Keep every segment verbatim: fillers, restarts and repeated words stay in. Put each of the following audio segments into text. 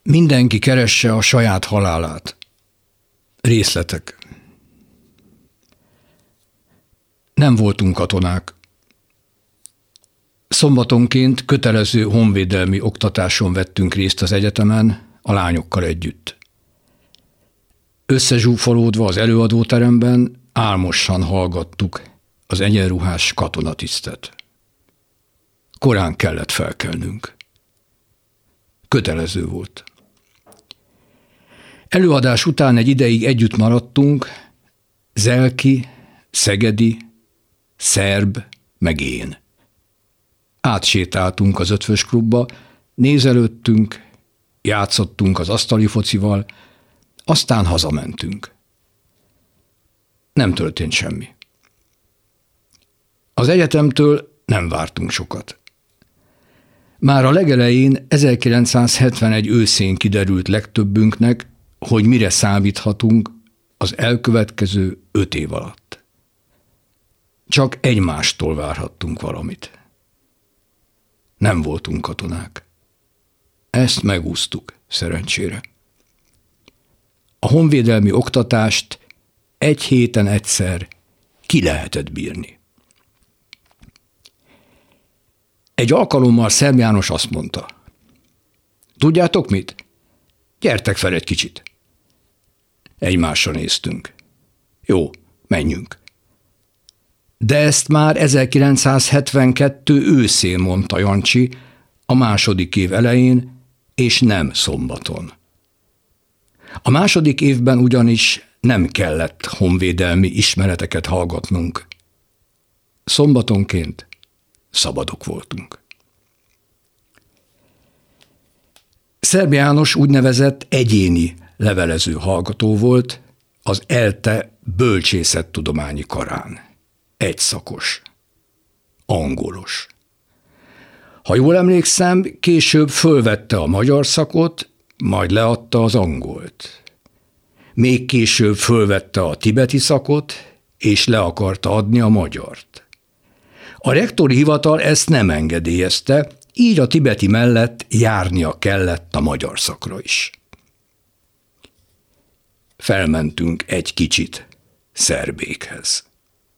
Mindenki keresse a saját halálát. Részletek. Nem voltunk katonák. Szombatonként kötelező honvédelmi oktatáson vettünk részt az egyetemen, a lányokkal együtt. Összezsúfolódva az előadóteremben álmosan hallgattuk az egyenruhás katonatisztet. Korán kellett felkelnünk. Kötelező volt. Előadás után egy ideig együtt maradtunk, Zelki, Szegedi, Szerb, meg én. Átsétáltunk az Ötvös klubba, nézelődtünk, játszottunk az asztali focival, aztán hazamentünk. Nem történt semmi. Az egyetemtől nem vártunk sokat. Már a legelején ezerkilencszázhetvenegy őszén kiderült legtöbbünknek, hogy mire számíthatunk az elkövetkező öt év alatt. Csak egymástól várhattunk valamit. Nem voltunk katonák. Ezt megúsztuk, szerencsére. A honvédelmi oktatást egy héten egyszer ki lehetett bírni. Egy alkalommal Szerb János azt mondta: tudjátok mit? Gyertek fel egy kicsit. Egymásra néztünk. Jó, menjünk. De ezt már ezerkilencszázhetvenkettő őszén mondta Jancsi, a második év elején, és nem szombaton. A második évben ugyanis nem kellett honvédelmi ismereteket hallgatnunk. Szombatonként szabadok voltunk. Szerb János úgynevezett egyéni levelező hallgató volt az ELTE bölcsészettudományi karán. Egyszakos. Angolos. Ha jól emlékszem, később fölvette a magyar szakot, majd leadta az angolt. Még később fölvette a tibeti szakot, és le akarta adni a magyart. A rektori hivatal ezt nem engedélyezte, így a tibeti mellett járnia kellett a magyar szakra is. Felmentünk egy kicsit Szerbékhez.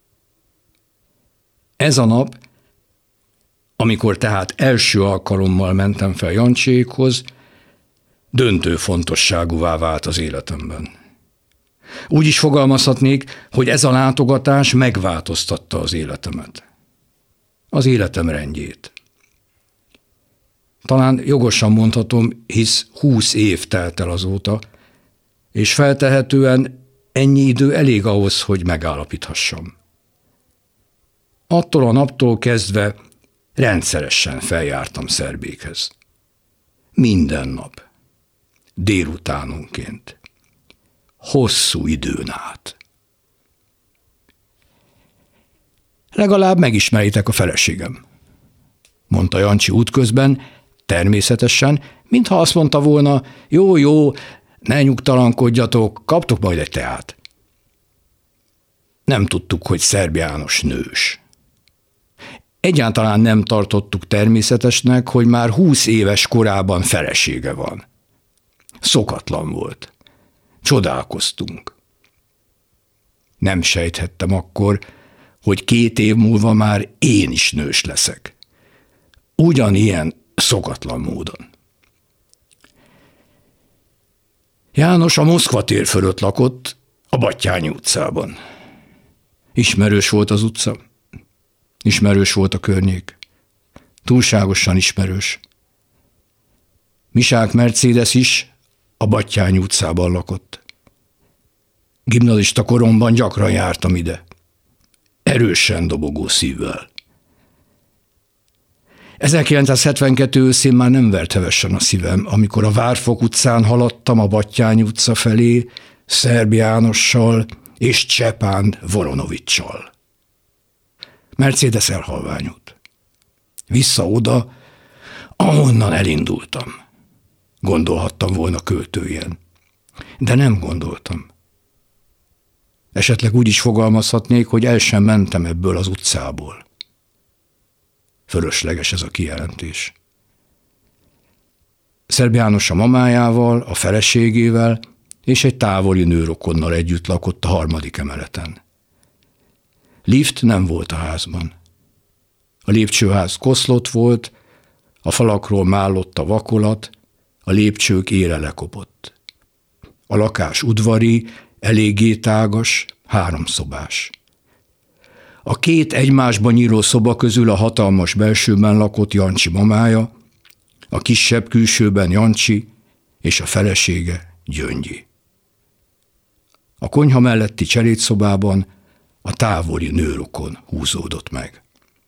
Ez a nap, amikor tehát első alkalommal mentem fel Jancsékhoz, döntő fontosságúvá vált az életemben. Úgy is fogalmazhatnék, hogy ez a látogatás megváltoztatta az életemet. Az életem rendjét. Talán jogosan mondhatom, hisz húsz év telt el azóta, és feltehetően ennyi idő elég ahhoz, hogy megállapíthassam. Attól a naptól kezdve rendszeresen feljártam Szerbékhez. Minden nap. Délutánonként. Hosszú időn át. Legalább megismeritek a feleségem, mondta Jancsi útközben, természetesen, mintha azt mondta volna: jó, jó, ne nyugtalankodjatok, kaptok majd egy teát. Nem tudtuk, hogy Szerb János nős. Egyáltalán nem tartottuk természetesnek, hogy már húsz éves korában felesége van. Szokatlan volt. Csodálkoztunk. Nem sejthettem akkor, hogy két év múlva már én is nős leszek. Ugyanilyen szokatlan módon. János a Moszkva tér fölött lakott, a Battyányi utcában. Ismerős volt az utca. Ismerős volt a környék. Túlságosan ismerős. Misák Mercedes is a Battyányi utcában lakott. Gimnazista koromban gyakran jártam ide. Erősen dobogó szívvel. ezerkilencszázhetvenkettő őszén már nem vert hevesen a szívem, amikor a Várfok utcán haladtam a Battyányi utca felé Szerb Jánossal és Csepán Voronoviccsal. Mercedes elhalványult. Vissza oda, ahonnan elindultam. Gondolhattam volna költőjen, de nem gondoltam. Esetleg úgy is fogalmazhatnék, hogy el sem mentem ebből az utcából. Fölösleges ez a kijelentés. Szerb János a mamájával, a feleségével és egy távoli nőrokonnal együtt lakott a harmadik emeleten. Lift nem volt a házban. A lépcsőház koszlott volt, a falakról mállott a vakolat, a lépcsők ére lekopott. A lakás udvari, eléggé tágas, háromszobás. A két egymásban nyíló szoba közül a hatalmas belsőben lakott Jancsi mamája, a kisebb külsőben Jancsi és a felesége Gyöngyi. A konyha melletti cselédszobában a távoli nőrokon húzódott meg.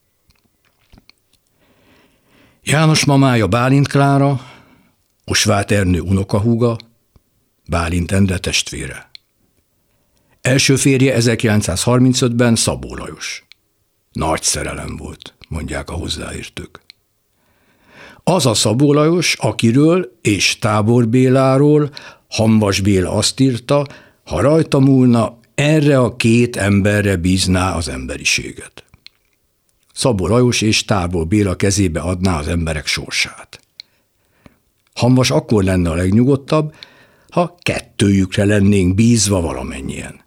János mamája Bálint Klára, Osváth Ernő unokahúga, Bálint Endre testvére. Első férje ezerkilencszázharmincötben Szabó Lajos. Nagy szerelem volt, mondják a hozzáértők. Az a Szabó Lajos, akiről és Tábor Béláról Hamvas Béla azt írta, ha rajta múlna, erre a két emberre bízná az emberiséget. Szabó Lajos és Tábor Béla kezébe adná az emberek sorsát. Hamvas akkor lenne a legnyugodtabb, ha kettőjükre lennénk bízva valamennyien.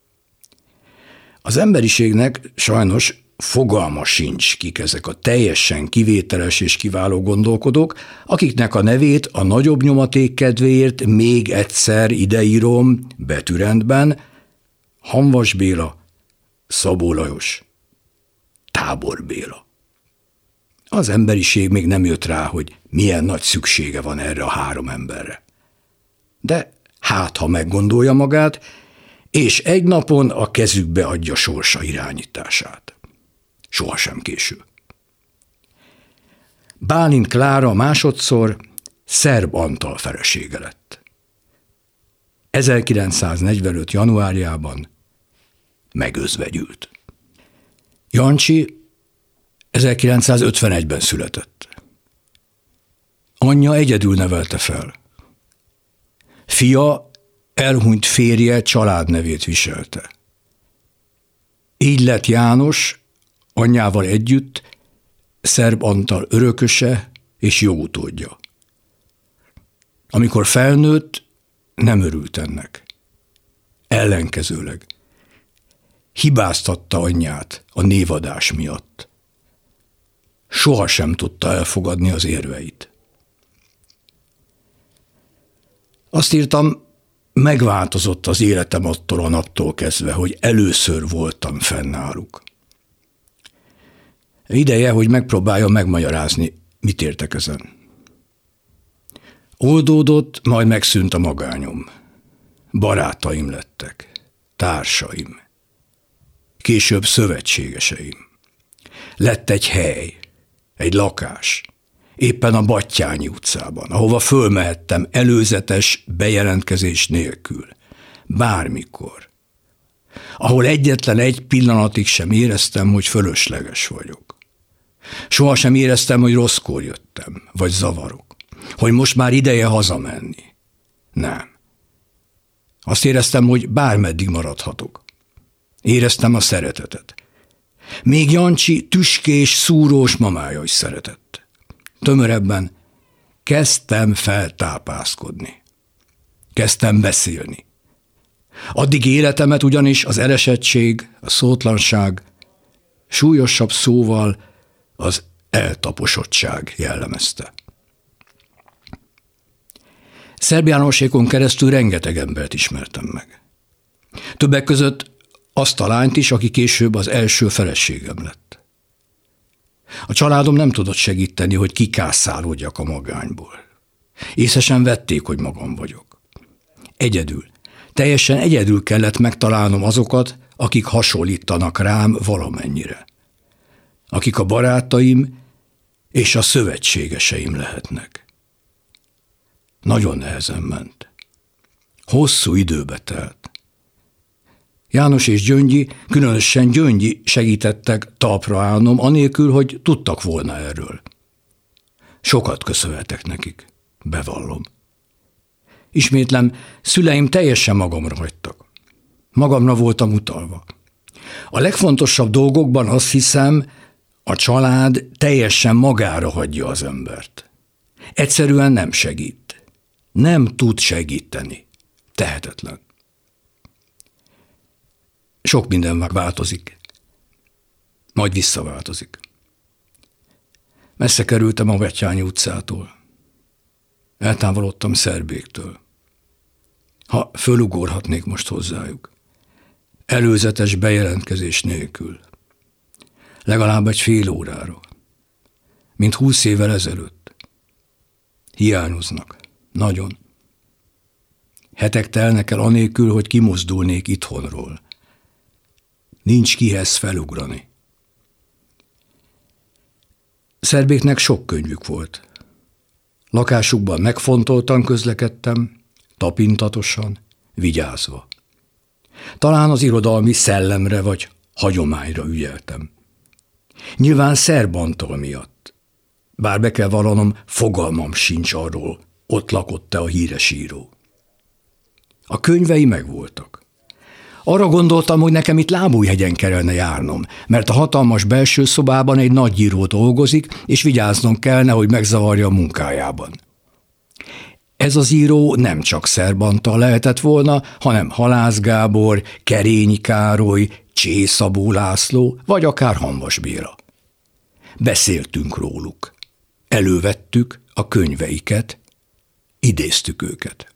Az emberiségnek sajnos fogalma sincs, kik ezek a teljesen kivételes és kiváló gondolkodók, akiknek a nevét a nagyobb nyomaték kedvéért még egyszer ideírom betűrendben: Hamvas Béla, Szabó Lajos, Tábor Béla. Az emberiség még nem jött rá, hogy milyen nagy szüksége van erre a három emberre. De hát, ha meggondolja magát, és egy napon a kezükbe adja sorsa irányítását. Sohasem késő. Bálint Klára másodszor Szerb Antal felesége lett. ezerkilencszáznegyvenöt januárjában megözvegyült. Jancsi ezerkilencszázötvenegyben született. Anyja egyedül nevelte fel. Fia elhunyt férje családnevét viselte. Így lett János anyjával együtt Szerb Antal örököse és jogutódja. Amikor felnőtt, nem örült ennek. Ellenkezőleg hibáztatta anyját a névadás miatt. Sohasem tudta elfogadni az érveit. Azt írtam, megváltozott az életem attól a naptól kezdve, hogy először voltam fennnáluk. Ideje, hogy megpróbálja megmagyarázni, mit értek ezen. Oldódott, majd megszűnt a magányom. Barátaim lettek, társaim, később szövetségeseim. Lett egy hely, egy lakás, éppen a Battyányi utcában, ahova fölmehettem előzetes bejelentkezés nélkül, bármikor, ahol egyetlen egy pillanatig sem éreztem, hogy fölösleges vagyok. Soha sem éreztem, hogy rosszkor jöttem, vagy zavarok, hogy most már ideje hazamenni. Nem. Azt éreztem, hogy bármeddig maradhatok. Éreztem a szeretetet. Még Jancsi tüskés, szúrós mamája is szeretett. Tömörebben kezdtem feltápászkodni. Kezdtem beszélni. Addig életemet ugyanis az elesettség, a szótlanság, súlyosabb szóval az eltaposottság jellemezte. Szerb Jánosékon keresztül rengeteg embert ismertem meg. Többek között azt a lányt is, aki később az első feleségem lett. A családom nem tudott segíteni, hogy kikászálódjak a magányból. Észre sem vették, hogy magam vagyok. Egyedül, teljesen egyedül kellett megtalálnom azokat, akik hasonlítanak rám valamennyire. Akik a barátaim és a szövetségeseim lehetnek. Nagyon nehezen ment. Hosszú időbe telt. János és Gyöngyi, különösen Gyöngyi segítettek talpra állnom, anélkül, hogy tudtak volna erről. Sokat köszönhetek nekik, bevallom. Ismétlem, szüleim teljesen magamra hagytak. Magamra voltam utalva. A legfontosabb dolgokban azt hiszem, a család teljesen magára hagyja az embert. Egyszerűen nem segít. Nem tud segíteni. Tehetetlen. Sok minden megváltozik. Majd visszaváltozik. Messze kerültem a Betyányi utcától. Eltávolodtam Szerbéktől. Ha fölugorhatnék most hozzájuk. Előzetes bejelentkezés nélkül. Legalább egy fél órára. Mint húsz évvel ezelőtt. Hiányoznak. Nagyon. Hetek telnek el anélkül, hogy kimozdulnék itthonról. Nincs kihez felugrani. Szerbéknek sok könyvük volt. Lakásukban megfontoltan közlekedtem, tapintatosan, vigyázva. Talán az irodalmi szellemre vagy hagyományra ügyeltem. Nyilván Szerb Antal miatt. Bár be kell vallanom, fogalmam sincs arról, ott lakott-e a híres író. A könyvei megvoltak. Arra gondoltam, hogy nekem itt Lábújhegyen kellene járnom, mert a hatalmas belső szobában egy nagy író dolgozik, és vigyáznom kellene, hogy megzavarja a munkájában. Ez az író nem csak Szerb Antal lehetett volna, hanem Halász Gábor, Kerényi Károly, Csé Szabó László, vagy akár Hamvas Béla. Beszéltünk róluk. Elővettük a könyveiket, idéztük őket.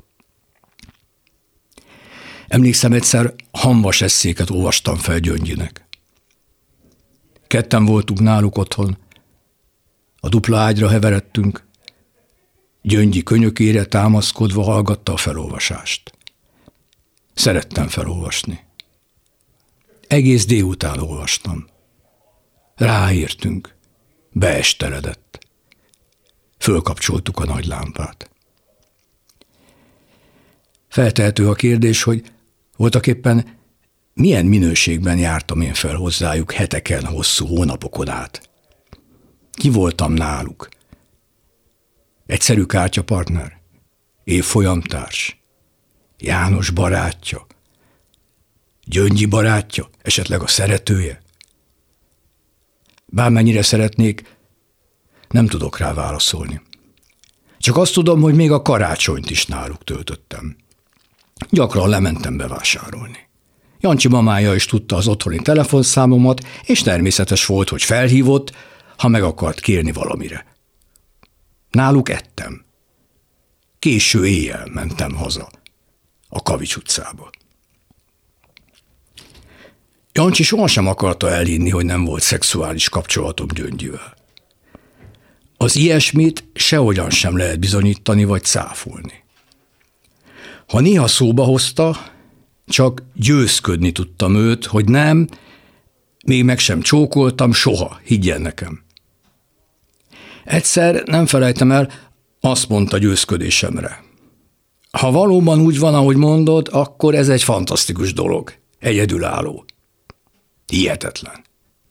Emlékszem, egyszer Hamvas esszéket olvastam fel Gyöngyinek. Ketten voltunk náluk otthon, a dupla ágyra heveredtünk, Gyöngyi könyökére támaszkodva hallgatta a felolvasást. Szerettem felolvasni. Egész délután olvastam. Ráértünk, beesteledett. Fölkapcsoltuk a nagy lámpát. Feltehető a kérdés, hogy voltaképpen milyen minőségben jártam én fel hozzájuk heteken, hosszú hónapokon át. Ki voltam náluk? Egyszerű kártyapartner? Évfolyamtárs? János barátja? Gyöngyi barátja? Esetleg a szeretője? Bármennyire szeretnék, nem tudok rá válaszolni. Csak azt tudom, hogy még a karácsonyt is náluk töltöttem. Gyakran lementem bevásárolni. Jancsi mamája is tudta az otthoni telefonszámomat, és természetes volt, hogy felhívott, ha meg akart kérni valamire. Náluk ettem. Késő éjjel mentem haza, a Kavics utcába. Jancsi sohasem akarta elhinni, hogy nem volt szexuális kapcsolatom Gyöngyivel. Az ilyesmit sehogyan sem lehet bizonyítani vagy cáfolni. Ha néha szóba hozta, csak győzködni tudtam őt, hogy nem, még meg sem csókoltam soha, higgyen nekem. Egyszer, nem felejtem el, azt mondta győzködésemre. Ha valóban úgy van, ahogy mondod, akkor ez egy fantasztikus dolog, egyedülálló. Hihetetlen.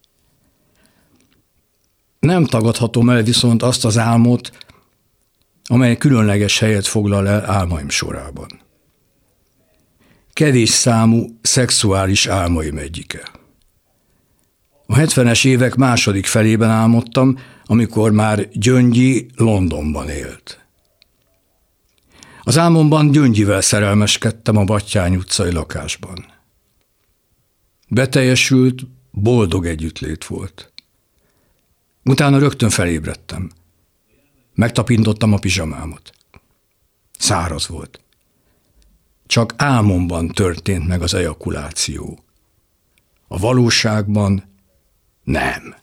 Nem tagadhatom el viszont azt az álmot, amely különleges helyet foglal el álmaim sorában. Kevés számú szexuális álmaim egyike. A hetvenes évek második felében álmodtam, amikor már Gyöngyi Londonban élt. Az álmomban Gyöngyivel szerelmeskedtem a Batthyány utcai lakásban. Beteljesült, boldog együttlét volt. Utána rögtön felébredtem. Megtapintottam a pizsamámat. Száraz volt. Csak álmomban történt meg az ejakuláció. A valóságban nem.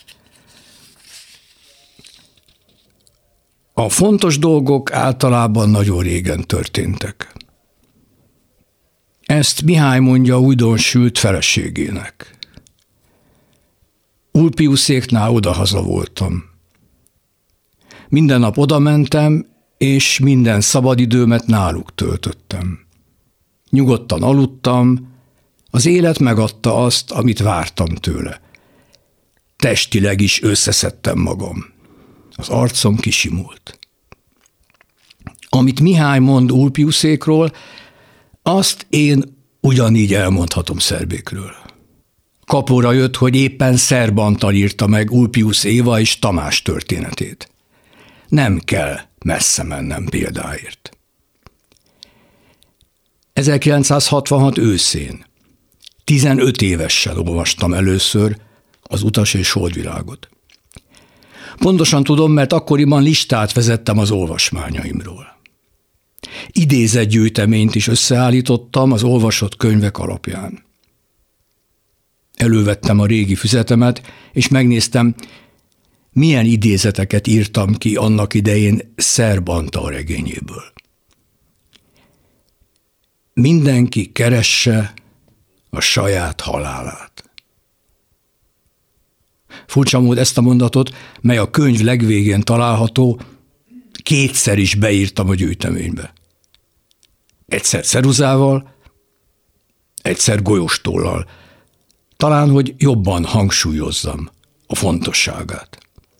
A fontos dolgok általában nagyon régen történtek. Ezt Mihály mondja újdonsült feleségének. Ulpiuszéknál odahaza voltam. Minden nap oda mentem, és minden szabadidőmet náluk töltöttem. Nyugodtan aludtam, az élet megadta azt, amit vártam tőle. Testileg is összeszedtem magam. Az arcom kisimult. Amit Mihály mond Ulpiuszékról, azt én ugyanígy elmondhatom Szerbékről. Kapóra jött, hogy éppen Szerb Antal írta meg Ulpiusz Éva és Tamás történetét. Nem kell messze mennem példáért. ezerkilencszázhatvanhat őszén, tizenöt évessel olvastam először az Utas és Holdvilágot. Pontosan tudom, mert akkoriban listát vezettem az olvasmányaimról. Idézetgyűjteményt is összeállítottam az olvasott könyvek alapján. Elővettem a régi füzetemet, és megnéztem, milyen idézeteket írtam ki annak idején Szerb Antal regényéből. Mindenki keresse a saját halálát. Furcsa mód ezt a mondatot, mely a könyv legvégén található, kétszer is beírtam a gyűjteménybe. Egyszer ceruzával, egyszer golyóstollal. Talán, hogy jobban hangsúlyozzam a fontosságát.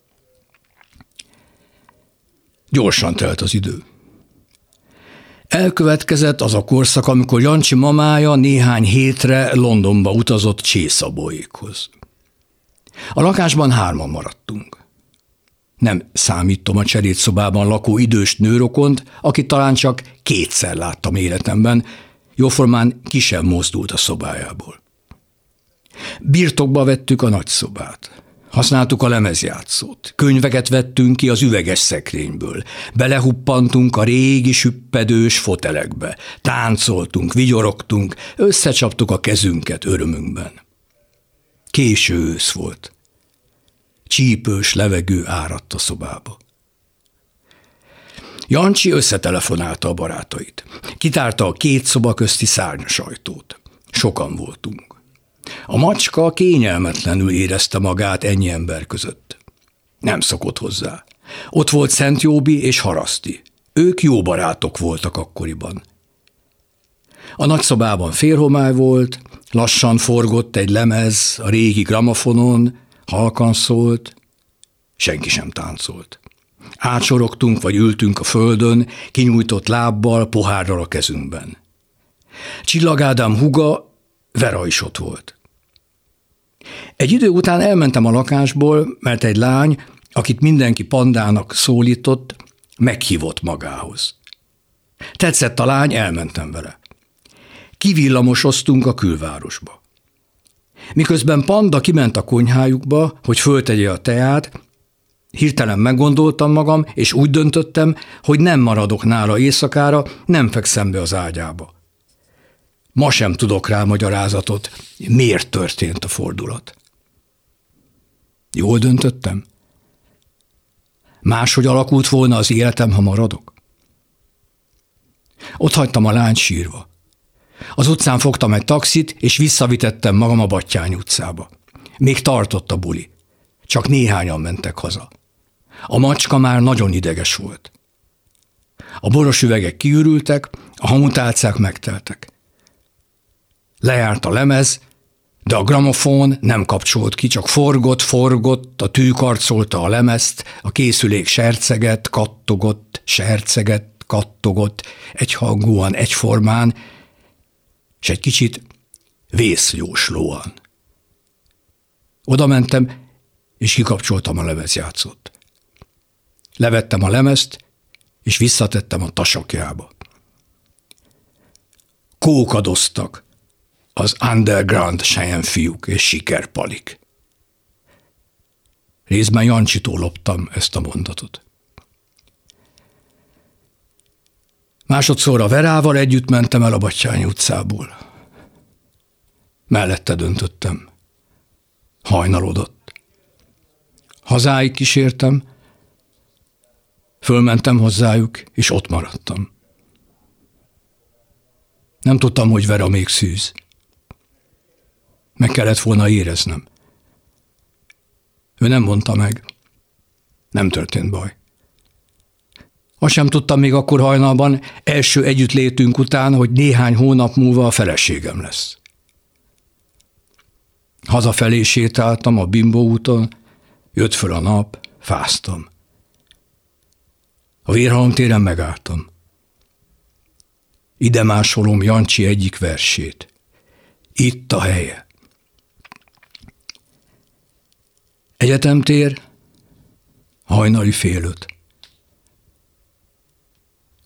Gyorsan telt az idő. Elkövetkezett az a korszak, amikor Jancsi mamája néhány hétre Londonba utazott Csészabóékhoz. A lakásban hárman maradtunk. Nem számítom a cselédszobában lakó idős nőrokont, akit talán csak kétszer láttam életemben, jóformán ki sem mozdult a szobájából. Birtokba vettük a nagyszobát. Használtuk a lemezjátszót. Könyveket vettünk ki az üveges szekrényből. Belehuppantunk a régi süppedős fotelekbe. Táncoltunk, vigyorogtunk, összecsaptuk a kezünket örömünkben. Késő ősz volt. Csípős levegő áradt a szobába. Jancsi összetelefonálta a barátait. Kitárta a két szoba közti szárnyas ajtót. Sokan voltunk. A macska kényelmetlenül érezte magát ennyi ember között. Nem szokott hozzá. Ott volt Szent Jóbi és Haraszti. Ők jó barátok voltak akkoriban. A nagyszobában félhomály volt, lassan forgott egy lemez a régi gramofonon, halkan szólt, senki sem táncolt. Átsorogtunk vagy ültünk a földön, kinyújtott lábbal, pohárral a kezünkben. Csillag Ádám húga, Vera is ott volt. Egy idő után elmentem a lakásból, mert egy lány, akit mindenki pandának szólított, meghívott magához. Tetszett a lány, elmentem vele. Kivillamosoztunk a külvárosba. Miközben Panda kiment a konyhájukba, hogy föltegye a teát, hirtelen meggondoltam magam, és úgy döntöttem, hogy nem maradok nála éjszakára, nem fekszem be az ágyába. Ma sem tudok rá magyarázatot, miért történt a fordulat. Jól döntöttem? Máshogy alakult volna az életem, ha maradok? Ott hagytam a lányt sírva. Az utcán fogtam egy taxit, és visszavitettem magam a Batthyány utcába. Még tartott a buli. Csak néhányan mentek haza. A macska már nagyon ideges volt. A boros üvegek kiürültek, a hamutálcák megteltek. Lejárt a lemez, de a gramofón nem kapcsolt ki, csak forgott, forgott, a tű karcolta a lemezt, a készülék serceget, kattogott, serceget, kattogott, egyhangúan, egyformán, és egy kicsit vészjóslóan. Oda mentem, és kikapcsoltam a lemezjátszót. Levettem a lemezt, és visszatettem a tasakjába. Kókadoztak az underground selyemfiúk és sikerpalik. Részben Jancsitól loptam ezt a mondatot. Másodszor a Verával együtt mentem el a Batthyány utcából. Mellette döntöttem. Hajnalodott. Hazáig kísértem, fölmentem hozzájuk, és ott maradtam. Nem tudtam, hogy Vera még szűz. Meg kellett volna éreznem. Ő nem mondta meg. Nem történt baj. Azt sem tudtam még akkor hajnalban, első együttlétünk után, hogy néhány hónap múlva a feleségem lesz. Hazafelé sétáltam a Bimbó úton, jött föl a nap, fáztam. A Vérhalomtéren megálltam. Ide másolom Jancsi egyik versét. Itt a helye. Egyetemtér, hajnali fél öt.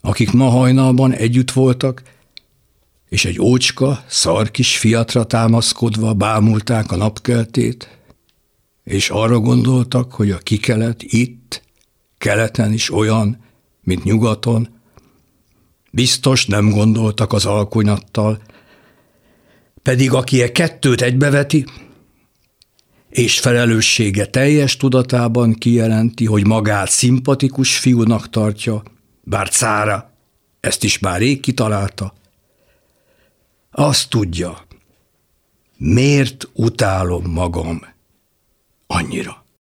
akik ma hajnalban együtt voltak, és egy ócska, szar kis fiatra támaszkodva bámulták a napkeltét, és arra gondoltak, hogy a kikelet itt, keleten is olyan, mint nyugaton. Biztos nem gondoltak az alkonyattal, pedig aki e kettőt egybeveti, és felelőssége teljes tudatában kijelenti, hogy magát szimpatikus fiúnak tartja, bár cára ezt is már rég kitalálta, azt tudja, miért utálom magam annyira.